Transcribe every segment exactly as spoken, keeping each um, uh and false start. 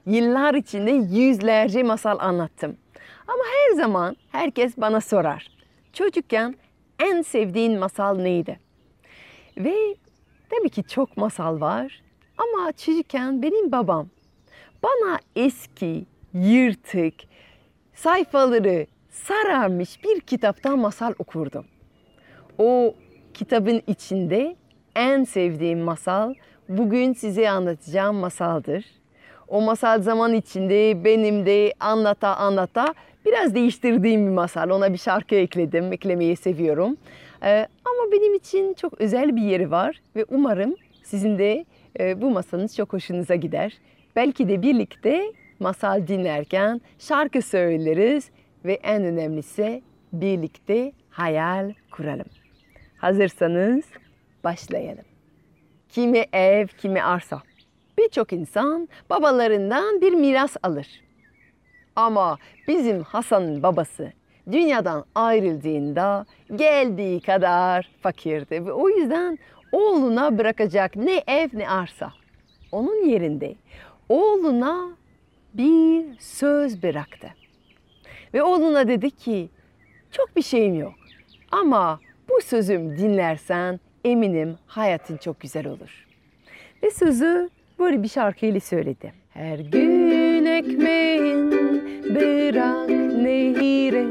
Yıllar içinde yüzlerce masal anlattım. Ama her zaman herkes bana sorar. Çocukken en sevdiğin masal neydi? Ve tabii ki çok masal var. Ama çocukken benim babam bana eski, yırtık, sayfaları sararmış bir kitaptan masal okurdu. O kitabın içinde en sevdiğim masal bugün size anlatacağım masaldır. O masal zaman içinde benim de anlata anlata biraz değiştirdiğim bir masal. Ona bir şarkı ekledim, eklemeyi seviyorum. Ee, ama benim için çok özel bir yeri var ve umarım sizin de e, bu masalınız çok hoşunuza gider. Belki de birlikte masal dinlerken şarkı söyleriz ve en önemlisi birlikte hayal kuralım. Hazırsanız başlayalım. Kimi ev, kimi arsa. Birçok insan babalarından bir miras alır. Ama bizim Hasan'ın babası dünyadan ayrıldığında geldiği kadar fakirdi. Ve o yüzden oğluna bırakacak ne ev ne arsa. Onun yerinde oğluna bir söz bıraktı. Ve oğluna dedi ki, çok bir şeyim yok ama bu sözüm dinlersen eminim hayatın çok güzel olur. Ve sözü böyle bir şarkıyla söyledi. Her gün ekmeğin bırak nehire,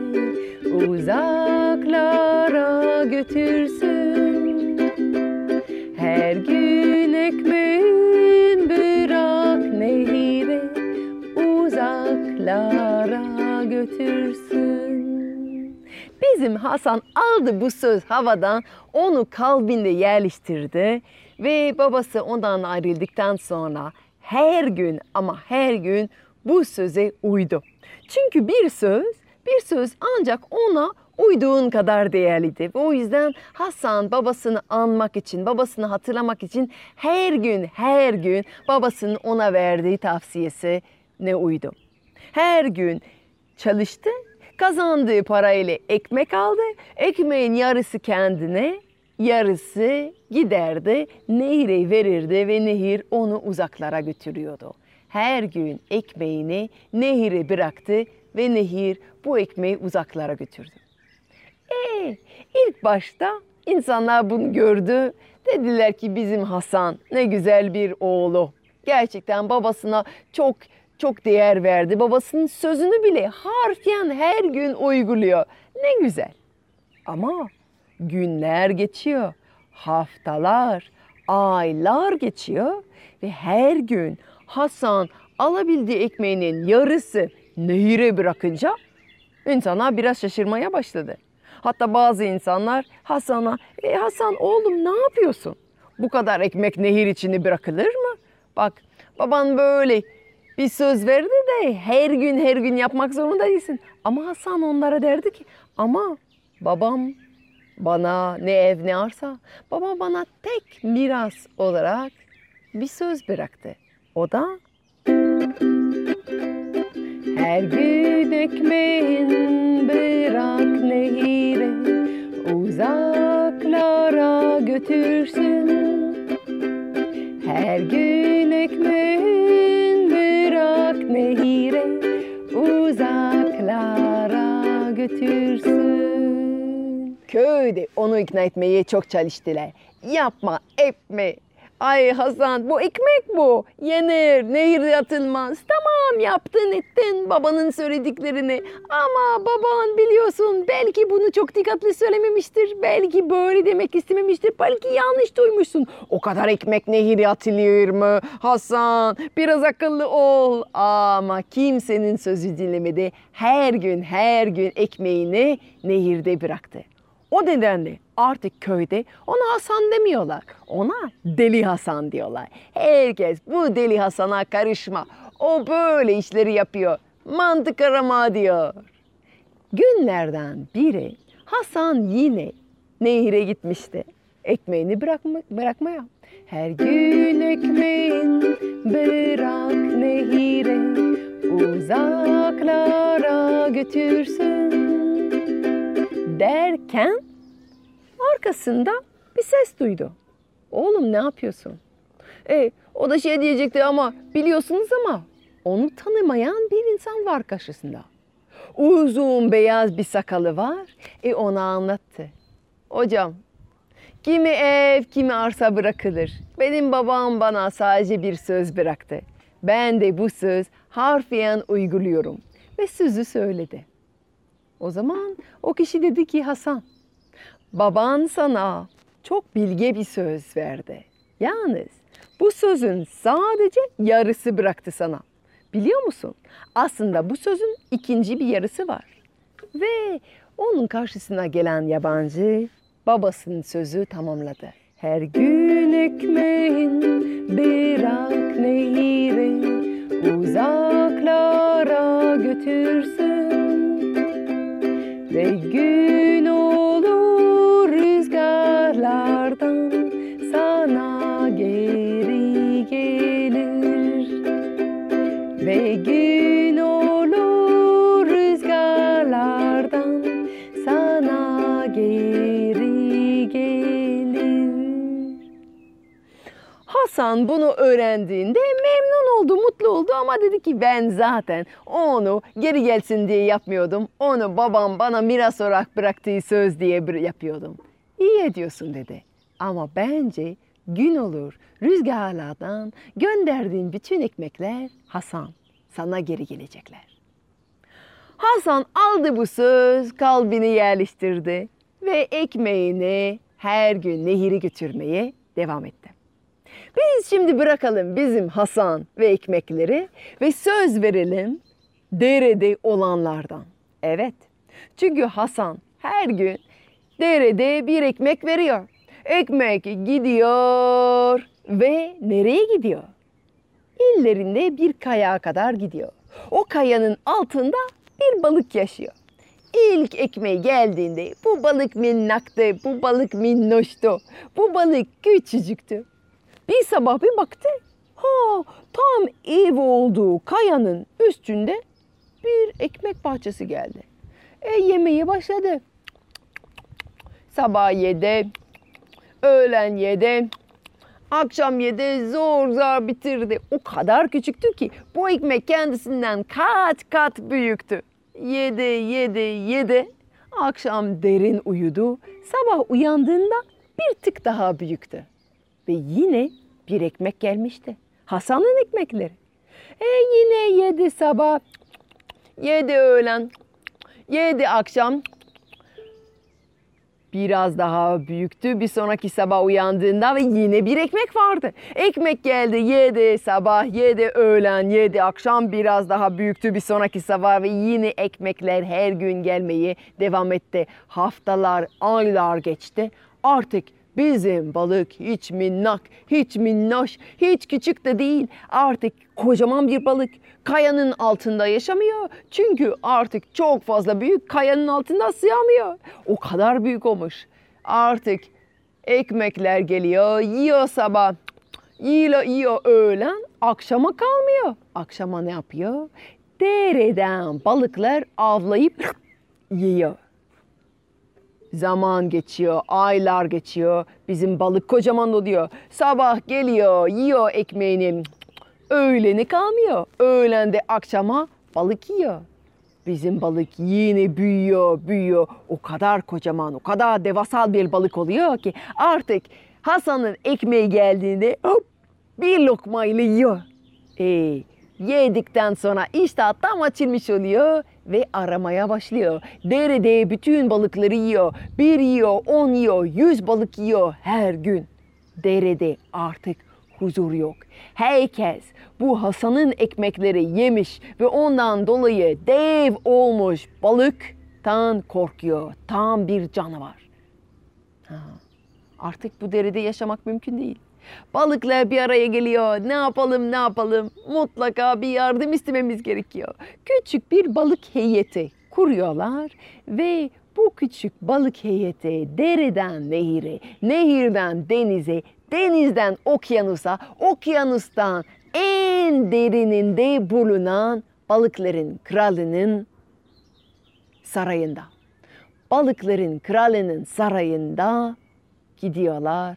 uzaklara götürsün. Her gün ekmeğin bırak nehire, uzaklara götürsün. Bizim Hasan aldı bu söz havadan, onu kalbinde yerleştirdi ve babası ondan ayrıldıktan sonra her gün ama her gün bu söze uydu. Çünkü bir söz, bir söz ancak ona uyduğun kadar değerlidir. O yüzden Hasan babasını anmak için, babasını hatırlamak için her gün, her gün babasının ona verdiği tavsiyesi ne uydu. Her gün çalıştı, kazandığı parayla ekmek aldı, ekmeğin yarısı kendine, yarısı giderdi, nehire verirdi ve nehir onu uzaklara götürüyordu. Her gün ekmeğini nehire bıraktı ve nehir bu ekmeği uzaklara götürdü. E, ilk başta insanlar bunu gördü. Dediler ki bizim Hasan ne güzel bir oğlu. Gerçekten babasına çok çok değer verdi. Babasının sözünü bile harfiyen her gün uyguluyor. Ne güzel. Ama günler geçiyor, haftalar, aylar geçiyor ve her gün Hasan alabildiği ekmeğinin yarısı nehire bırakınca insanlar biraz şaşırmaya başladı. Hatta bazı insanlar Hasan'a, e Hasan oğlum ne yapıyorsun? Bu kadar ekmek nehir içine bırakılır mı? Bak baban böyle bir söz verdi de her gün her gün yapmak zorunda değilsin. Ama Hasan onlara derdi ki ama babam bana ne ev ne arsa, babam bana tek miras olarak bir söz bıraktı. O da her gün ekmeğin bırak nehire, uzaklara götürsün. Her gün ekmeğin bırak nehire, uzaklara götürsün. Köyde onu ikna etmeye çok çalıştılar. Yapma, etme. Ay Hasan bu ekmek bu. Yenir, nehirde atılmaz. Tamam yaptın ettin babanın söylediklerini. Ama baban biliyorsun belki bunu çok dikkatli söylememiştir. Belki böyle demek istememiştir. Belki yanlış duymuşsun. O kadar ekmek nehire atılıyor mu? Hasan biraz akıllı ol. Ama kimsenin sözü dinlemedi. Her gün her gün ekmeğini nehirde bıraktı. O nedenle artık köyde ona Hasan demiyorlar. Ona Deli Hasan diyorlar. Herkes bu Deli Hasan'a karışma. O böyle işleri yapıyor. Mantık arama diyor. Günlerden biri Hasan yine nehire gitmişti. Ekmeğini bırakma, bırakmaya. Her gün ekmeğin bırak nehire, uzaklara götürsün. Derken arkasında bir ses duydu. Oğlum ne yapıyorsun? E, o da şey diyecekti ama biliyorsunuz ama Onu tanımayan bir insan var karşısında. Uzun beyaz bir sakalı var. E ona anlattı. Hocam, kimi ev, kimi arsa bırakılır. Benim babam bana sadece bir söz bıraktı. Ben de bu söz harfiyen uyguluyorum. Ve sözü söyledi. O zaman o kişi dedi ki Hasan, baban sana çok bilge bir söz verdi. Yalnız bu sözün sadece yarısı bıraktı sana. Biliyor musun? Aslında bu sözün ikinci bir yarısı var. Ve onun karşısına gelen yabancı babasının sözü tamamladı. Her gün ekmeğin bırak nehri uzaklara götürsün. Ve gün olur rüzgarlardan sana geri gelir. Ve gün olur rüzgarlardan sana geri gelir. Hasan bunu öğrendiğinde memnun oldu, mutlu oldu ama dedi ki ben zaten onu geri gelsin diye yapmıyordum. Onu babam bana miras olarak bıraktığı söz diye yapıyordum. İyi ediyorsun dedi. Ama bence gün olur rüzgarlardan gönderdiğin bütün ekmekler Hasan sana geri gelecekler. Hasan aldı bu söz, kalbine yerleştirdi ve ekmeğini her gün nehire götürmeye devam etti. Biz şimdi bırakalım bizim Hasan ve ekmekleri ve söz verelim derede olanlardan. Evet, çünkü Hasan her gün derede bir ekmek veriyor. Ekmek gidiyor ve nereye gidiyor? İllerinde bir kaya kadar gidiyor. O kayanın altında bir balık yaşıyor. İlk ekmeği geldiğinde bu balık minnaktı, bu balık minnoştu, bu balık küçücüktü. Bir sabah bir baktı, ha tam ev olduğu kayanın üstünde bir ekmek parçası geldi. E yemeye başladı. Sabah yedi, öğlen yedi, akşam yedi, zor zor bitirdi. O kadar küçüktü ki bu ekmek kendisinden kat kat büyüktü. Yedi, yedi, yedi. Akşam derin uyudu. Sabah uyandığında bir tık daha büyüktü. Ve yine bir ekmek gelmişti. Hasan'ın ekmekleri. E yine yedi sabah, yedi öğlen, yedi akşam. Biraz daha büyüktü. Bir sonraki sabah uyandığında ve yine bir ekmek vardı. Ekmek geldi, yedi sabah, yedi öğlen, yedi akşam. Biraz daha büyüktü bir sonraki sabah ve yine ekmekler her gün gelmeye devam etti. Haftalar, aylar geçti. Artık bizim balık hiç minnak, hiç minnoş, hiç küçük de değil. Artık kocaman bir balık. Kayanın altında yaşamıyor. Çünkü artık çok fazla büyük, kayanın altında sığamıyor. O kadar büyük olmuş. Artık ekmekler geliyor, yiyor sabah, yiyor, yiyor öğlen, akşama kalmıyor. Akşama ne yapıyor? Dereden balıklar avlayıp yiyor. Zaman geçiyor, aylar geçiyor. Bizim balık kocaman oluyor. Sabah geliyor, yiyor ekmeğini. Öğleni kalmıyor. Öğlende akşama balık yiyor. Bizim balık yine büyüyor, büyüyor. O kadar kocaman, o kadar devasal bir balık oluyor ki artık Hasan'ın ekmeği geldiğinde hop bir lokmayla yiyor. E, yedikten sonra iştah tam açılmış oluyor ve aramaya başlıyor. Derede bütün balıkları yiyor. Bir yiyor, on yiyor, yüz balık yiyor her gün. Derede artık huzur yok. Herkes bu Hasan'ın ekmekleri yemiş ve ondan dolayı dev olmuş balıktan korkuyor. Tam bir canavar. Ha, artık bu derede yaşamak mümkün değil. Balıklar bir araya geliyor. Ne yapalım, ne yapalım? Mutlaka bir yardım istememiz gerekiyor. Küçük bir balık heyeti kuruyorlar ve bu küçük balık heyeti dereden nehire, nehirden denize, denizden okyanusa, okyanustan en derininde bulunan balıkların kralının sarayında. Balıkların kralının sarayında gidiyorlar.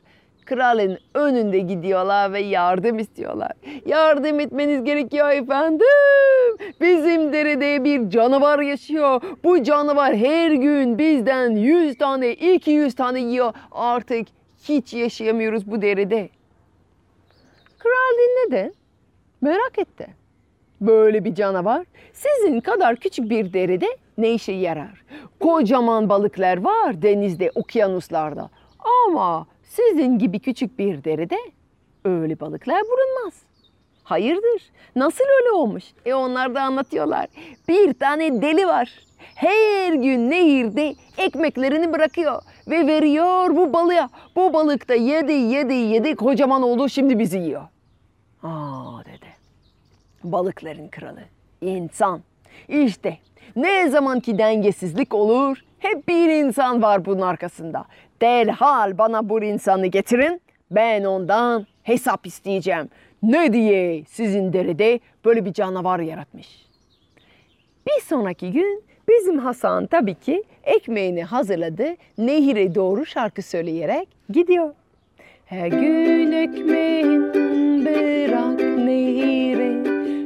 kralın önünde gidiyorlar ve yardım istiyorlar. Yardım etmeniz gerekiyor efendim. Bizim derede bir canavar yaşıyor. Bu canavar her gün bizden yüz tane, iki yüz tane yiyor. Artık hiç yaşayamıyoruz bu derede. Kral dinledi. Merak etti. Böyle bir canavar sizin kadar küçük bir derede ne işe yarar? Kocaman balıklar var denizde, okyanuslarda. Ama sizin gibi küçük bir derede öyle balıklar bulunmaz. Hayırdır? Nasıl öyle olmuş? E onlar da anlatıyorlar. Bir tane deli var. Her gün nehirde ekmeklerini bırakıyor ve veriyor bu balığa. Bu balık da yedi yedi yedi kocaman oldu, şimdi bizi yiyor. Aa dedi. Balıkların kralı insan. İşte ne zamanki dengesizlik olur, hep bir insan var bunun arkasında. Derhal bana bu insanı getirin, ben ondan hesap isteyeceğim. Ne diye sizin derede böyle bir canavar yaratmış. Bir sonraki gün bizim Hasan tabii ki ekmeğini hazırladı, nehire doğru şarkı söyleyerek gidiyor. Her gün ekmeğin bırak nehire,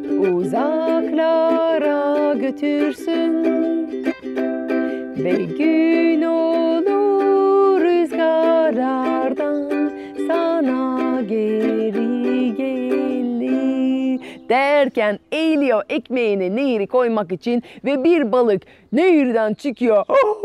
uzaklara götürsün. Ve gün olur rüzgarlardan sana geri gelir. Derken eğiliyor ekmeğini nehire koymak için ve bir balık nehirden çıkıyor.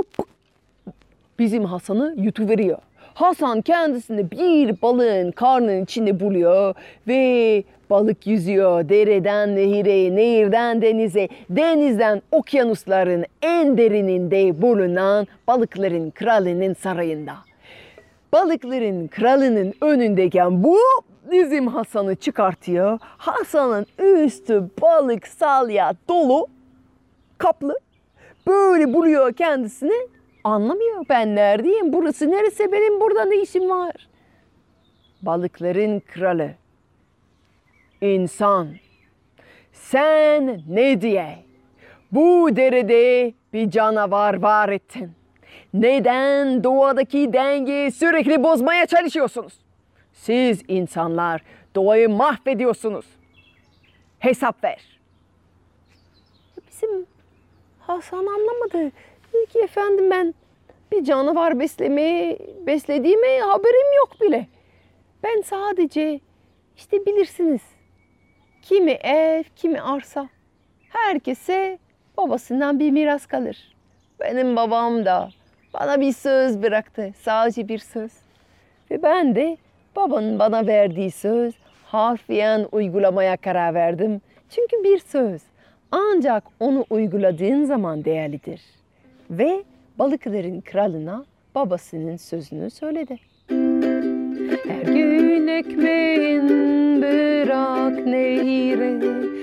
Bizim Hasan'ı yutuveriyor. Hasan kendisini bir balığın karnının içinde buluyor ve balık yüzüyor dereden nehire, nehirden denize, denizden okyanusların en derininde bulunan balıkların kralının sarayında. Balıkların kralının önündeyken bu bizim Hasan'ı çıkartıyor. Hasan'ın üstü balık salya dolu, kaplı. Böyle buluyor kendisini. Anlamıyor, ben neredeyim, burası neresi, benim burada ne işim var? Balıkların kralı, insan, sen ne diye bu derede bir canavar var ettin? Neden doğadaki dengeyi sürekli bozmaya çalışıyorsunuz? Siz insanlar doğayı mahvediyorsunuz. Hesap ver. Bizim Hasan anlamadı. Dedi ki efendim, ben bir canavar beslemeye, beslediğime haberim yok bile. Ben sadece işte bilirsiniz, kimi ev, kimi arsa, herkese babasından bir miras kalır. Benim babam da bana bir söz bıraktı, sadece bir söz. Ve ben de babanın bana verdiği söz harfiyen uygulamaya karar verdim. Çünkü bir söz ancak onu uyguladığın zaman değerlidir. Ve balıkların kralına babasının sözünü söyledi. Her gün ekmeğin bırak nehire,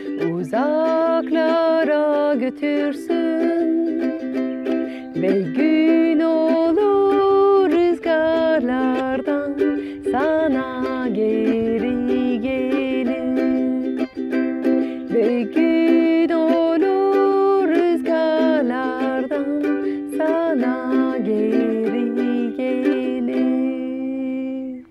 uzaklara götürsün. Ve gün olur rüzgarlardan sana geri gelir. Ve gün olur rüzgarlardan sana geri gelir.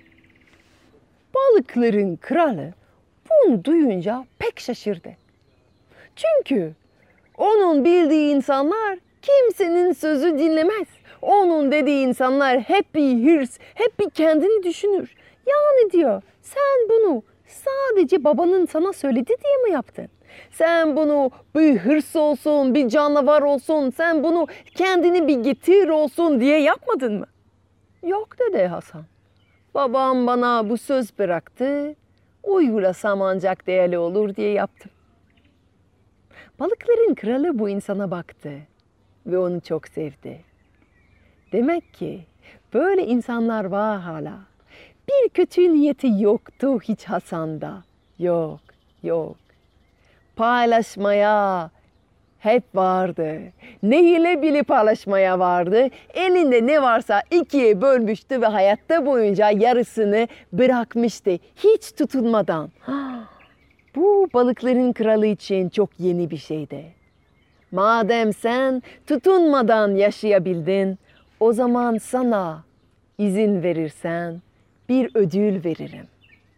Balıkların kralı bunu duyunca pek şaşırdı. Çünkü onun bildiği insanlar kimsenin sözü dinlemez. Onun dediği insanlar hep bir hırs, hep bir kendini düşünür. Yani diyor, sen bunu sadece babanın sana söyledi diye mi yaptın? Sen bunu bir hırs olsun, bir canavar olsun, sen bunu kendini bir getir olsun diye yapmadın mı? Yok dedi Hasan. Babam bana bu söz bıraktı, uygulasam ancak değerli olur diye yaptım. Balıkların kralı bu insana baktı ve onu çok sevdi. Demek ki böyle insanlar var hala. Bir kötü niyeti yoktu hiç Hasan'da. Yok, yok. Paylaşmaya hep vardı. Neyle bile paylaşmaya vardı. Elinde ne varsa ikiye bölmüştü ve hayatta boyunca yarısını bırakmıştı. Hiç tutunmadan. Bu balıkların kralı için çok yeni bir şeydi. Madem sen tutunmadan yaşayabildin, o zaman sana izin verirsen bir ödül veririm.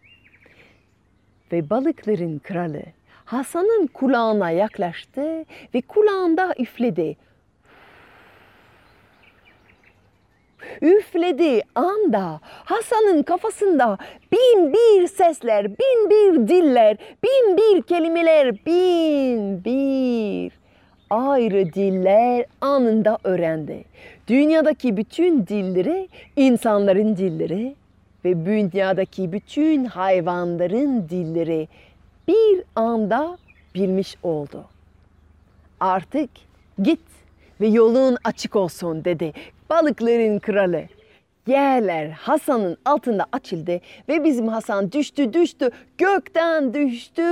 Ve balıkların kralı Hasan'ın kulağına yaklaştı ve kulağında üfledi. Üflediği anda Hasan'ın kafasında bin bir sesler, bin bir diller, bin bir kelimeler, bin bir ayrı diller anında öğrendi. Dünyadaki bütün dilleri, insanların dilleri ve dünyadaki bütün hayvanların dilleri bir anda bilmiş oldu. Artık git ve yolun açık olsun dedi. Balıkların kralı. Yerler Hasan'ın altında açıldı ve bizim Hasan düştü düştü gökten düştü.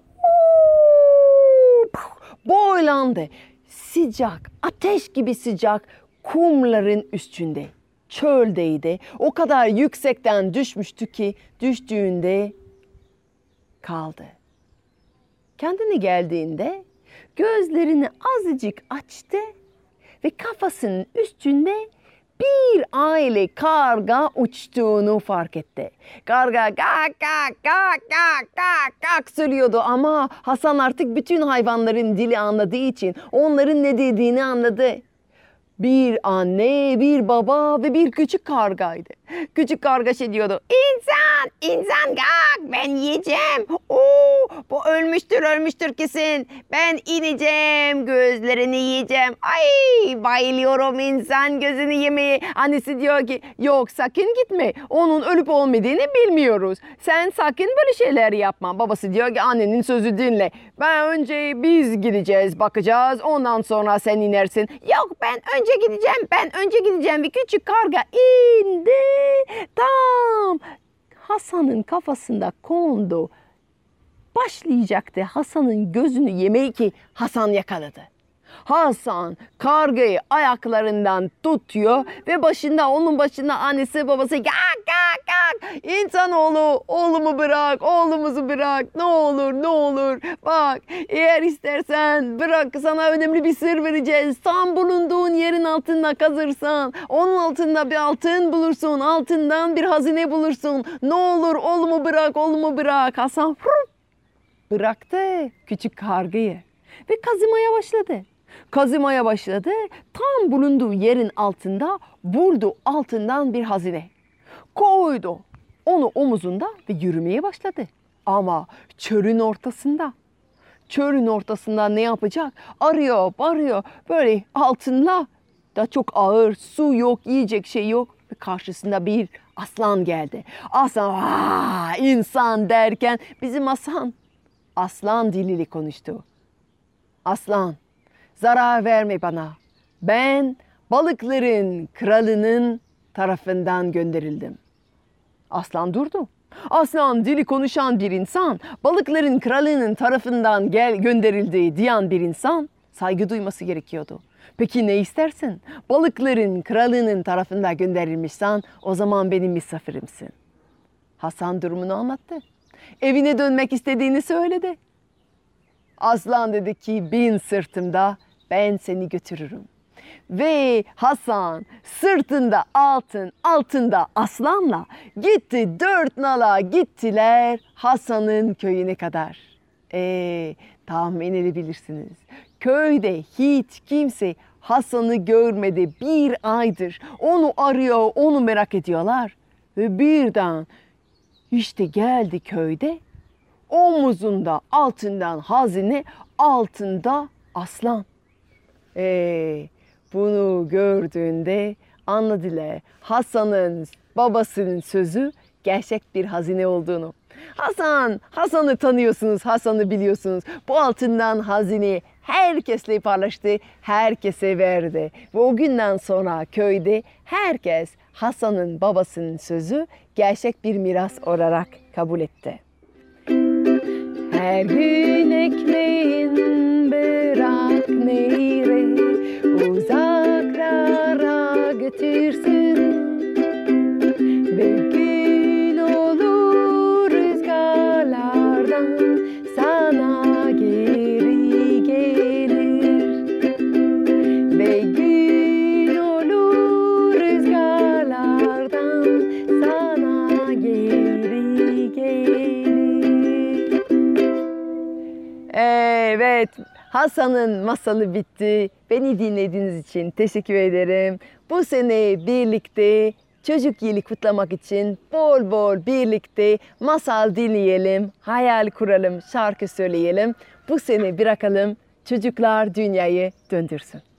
Boylandı. Sıcak, ateş gibi sıcak kumların üstünde. Çöldeydi. O kadar yüksekten düşmüştü ki düştüğünde kaldı. Kendine geldiğinde gözlerini azıcık açtı ve kafasının üstünde bir aile karga uçtuğunu fark etti. Karga gak gak gak gak gak gak söylüyordu ama Hasan artık bütün hayvanların dili anladığı için onların ne dediğini anladı. Bir anne, bir baba ve bir küçük kargaydı. Küçük karga şey diyordu. İnsan, insan gak, ben yiyeceğim. Oo, bu ölmüştür, ölmüştür kesin. Ben ineceğim, gözlerini yiyeceğim. Ay, bayılıyorum insan gözünü yemeye. Annesi diyor ki, yok sakın gitme. Onun ölüp olmadığını bilmiyoruz. Sen sakın böyle şeyler yapma. Babası diyor ki, annenin sözü dinle. Ben önce biz gideceğiz, bakacağız. Ondan sonra sen inersin. Yok, ben önce gideceğim, ben önce gideceğim. Bir küçük karga indi. Tam Hasan'ın kafasında kondu. Başlayacaktı Hasan'ın gözünü yemeye ki Hasan yakaladı. Hasan kargayı ayaklarından tutuyor ve başında onun başında annesi babası gak gak gak insanoğlu oğlumu bırak oğlumuzu bırak ne olur ne olur bak eğer istersen bırak sana önemli bir sır vereceğiz tam bulunduğun yerin altında kazırsan onun altında bir altın bulursun altından bir hazine bulursun ne olur oğlumu bırak oğlumu bırak Hasan bıraktı küçük kargayı ve kazımaya başladı. Kazımaya başladı. Tam bulunduğu yerin altında buldu altından bir hazine. Koydu onu omuzunda ve yürümeye başladı. Ama çölün ortasında. Çölün ortasında ne yapacak? Arıyor, arıyor. Böyle altınla da çok ağır su yok, yiyecek şey yok. Ve karşısında bir aslan geldi. Aslan, aa, insan derken bizim Hasan aslan diliyle konuştu. Aslan. Zarar verme bana. Ben balıkların kralının tarafından gönderildim. Aslan durdu. Aslan dili konuşan bir insan, balıkların kralının tarafından gel gönderildiği diyen bir insan saygı duyması gerekiyordu. Peki ne istersin? Balıkların kralının tarafından gönderilmişsen o zaman benim misafirimsin. Hasan durumunu anlattı. Evine dönmek istediğini söyledi. Aslan dedi ki bin sırtımda ben seni götürürüm. Ve Hasan sırtında altın, altında aslanla gitti dört nala gittiler Hasan'ın köyüne kadar. Ee, tahmin edebilirsiniz. Köyde hiç kimse Hasan'ı görmedi bir aydır. Onu arıyor, onu merak ediyorlar. Ve birden işte geldi köyde. Omuzunda altından hazine, altında aslan. Ee, bunu gördüğünde anladılar Hasan'ın babasının sözü gerçek bir hazine olduğunu. Hasan, Hasan'ı tanıyorsunuz, Hasan'ı biliyorsunuz. Bu altından hazine herkesle paylaştı, herkese verdi. Ve o günden sonra köyde herkes Hasan'ın babasının sözü gerçek bir miras olarak kabul etti. Her gün ekmeğin bırak nehre, uzaklara götürsün. Ve gün olur rüzgarlardan sana geri gelir. Ve gün olur rüzgarlardan sana Evet, Hasan'ın masalı bitti. Beni dinlediğiniz için teşekkür ederim. Bu sene birlikte çocuk yılı kutlamak için bol bol birlikte masal dinleyelim, hayal kuralım, şarkı söyleyelim. Bu sene bırakalım çocuklar dünyayı döndürsün.